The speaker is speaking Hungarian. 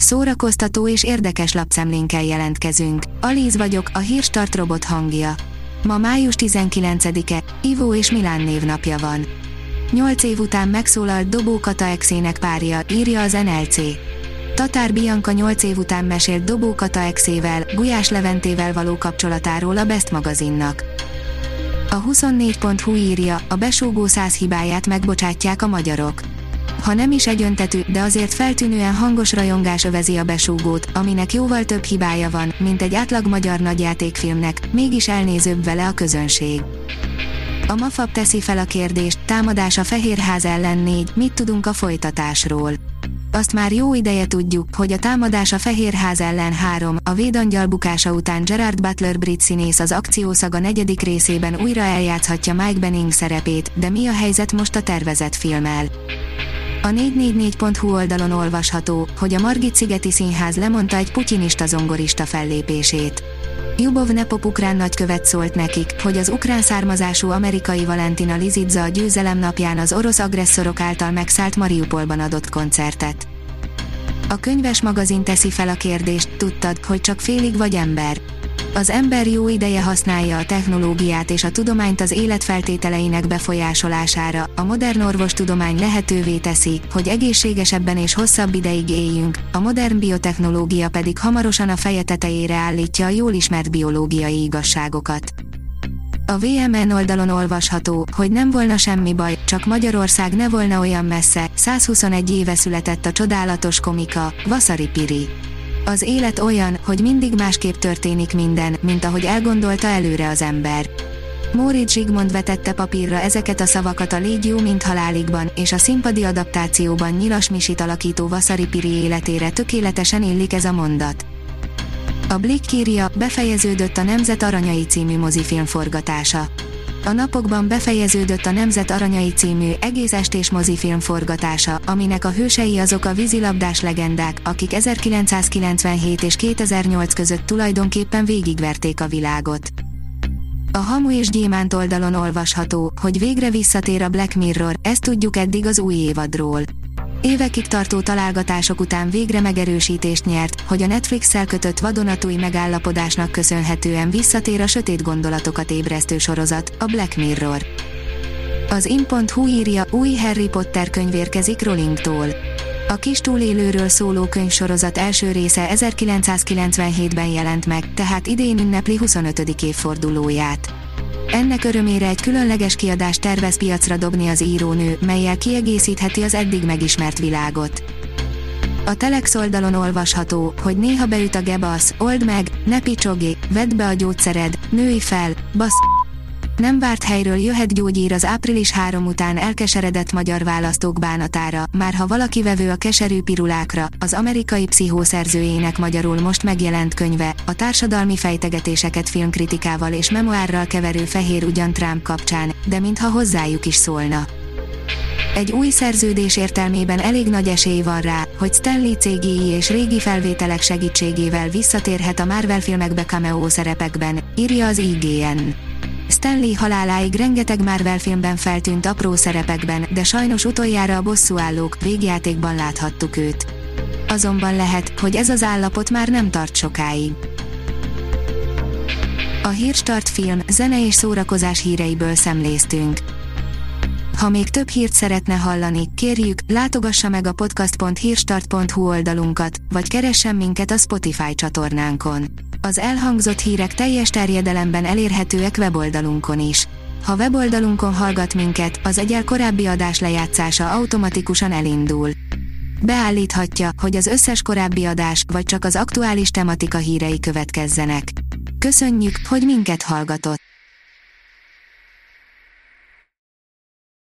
szórakoztató és érdekes lapszemlénkkel jelentkezünk. Alíz vagyok, a Hírstart robot hangja. Ma május 19-e, Ivó és Milán névnapja van. 8 év után megszólalt Dobó Kata exének párja, írja az NLC. Tatár Bianca 8 év után mesélt Dobó Kata exével, Gulyás Leventével való kapcsolatáról a Best magazinnak. A 24.hu írja, a besúgó 100 hibáját megbocsátják a magyarok. Ha nem is egyöntetű, de azért feltűnően hangos rajongás övezi a besúgót, aminek jóval több hibája van, mint egy átlag magyar nagyjátékfilmnek, mégis elnézőbb vele a közönség. A Mafab teszi fel a kérdést, támadás a Fehérház ellen 4, mit tudunk a folytatásról? Azt már jó ideje tudjuk, hogy a támadás a Fehérház ellen 3, a Védangyal bukása után Gerard Butler brit színész az akciószaga 4. részében újra eljátszhatja Mike Benning szerepét, de mi a helyzet most a tervezett filmmel? A 444.hu oldalon olvasható, hogy a Margit-szigeti Színház lemondta egy putyinista zongorista fellépését. Lyubov Nepop ukrán nagykövet szólt nekik, hogy az ukrán származású amerikai Valentina Lizidza a győzelem napján az orosz agresszorok által megszállt Mariupolban adott koncertet. A Könyves magazin teszi fel a kérdést, tudtad, hogy csak félig vagy ember? Az ember jó ideje használja a technológiát és a tudományt az életfeltételeinek befolyásolására, a modern orvostudomány lehetővé teszi, hogy egészségesebben és hosszabb ideig éljünk, a modern biotechnológia pedig hamarosan a feje tetejére állítja a jól ismert biológiai igazságokat. A VMN oldalon olvasható, hogy nem volna semmi baj, csak Magyarország ne volna olyan messze, 121 éve született a csodálatos komika, Vasari Piri. Az élet olyan, hogy mindig másképp történik minden, mint ahogy elgondolta előre az ember. Móricz Zsigmond vetette papírra ezeket a szavakat a Légy jó, mint haláligban, és a színpadi adaptációban Nyilas Misit alakító Vasari Piri életére tökéletesen illik ez a mondat. A Blick írja, befejeződött a Nemzet Aranyai című mozifilm forgatása. A napokban befejeződött a Nemzet Aranyai című egész estés mozifilm forgatása, aminek a hősei azok a vízilabdás legendák, akik 1997 és 2008 között tulajdonképpen végigverték a világot. A Hamu és Gyémánt oldalon olvasható, hogy végre visszatér a Black Mirror, ezt tudjuk eddig az új évadról. Évekig tartó találgatások után végre megerősítést nyert, hogy a Netflix-szel kötött vadonatúj megállapodásnak köszönhetően visszatér a sötét gondolatokat ébresztő sorozat, a Black Mirror. Az in.hu írja, új Harry Potter könyv érkezik Rowlingtól. A kis túlélőről szóló könyvsorozat első része 1997-ben jelent meg, tehát idén ünnepli 25. évfordulóját. Ennek örömére egy különleges kiadást tervez piacra dobni az írónő, mellyel kiegészítheti az eddig megismert világot. A Telex oldalon olvasható, hogy néha beüt a gebasz, old meg, ne picsogj, vedd be a gyógyszered, nőj fel, bassz. Nem várt helyről jöhet gyógyír az április 3 után elkeseredett magyar választók bánatára, már ha valaki vevő a keserű pirulákra, az amerikai pszichószerzőjének magyarul most megjelent könyve, a társadalmi fejtegetéseket filmkritikával és memoárral keverő Fehér ugyan Trump kapcsán, de mintha hozzájuk is szólna. Egy új szerződés értelmében elég nagy esély van rá, hogy Stan Lee cégéi és régi felvételek segítségével visszatérhet a Marvel filmekbe cameo szerepekben, írja az IGN. Stan Lee haláláig rengeteg Marvel filmben feltűnt apró szerepekben, de sajnos utoljára a Bosszúállók végjátékban láthattuk őt. Azonban lehet, hogy ez az állapot már nem tart sokáig. A Hírstart film, zene és szórakozás híreiből szemléztünk. Ha még több hírt szeretne hallani, kérjük, látogassa meg a podcast.hírstart.hu oldalunkat, vagy keressen minket a Spotify csatornánkon. Az elhangzott hírek teljes terjedelemben elérhetőek weboldalunkon is. Ha weboldalunkon hallgat minket, az egyel korábbi adás lejátszása automatikusan elindul. Beállíthatja, hogy az összes korábbi adás, vagy csak az aktuális tematika hírei következzenek. Köszönjük, hogy minket hallgatott!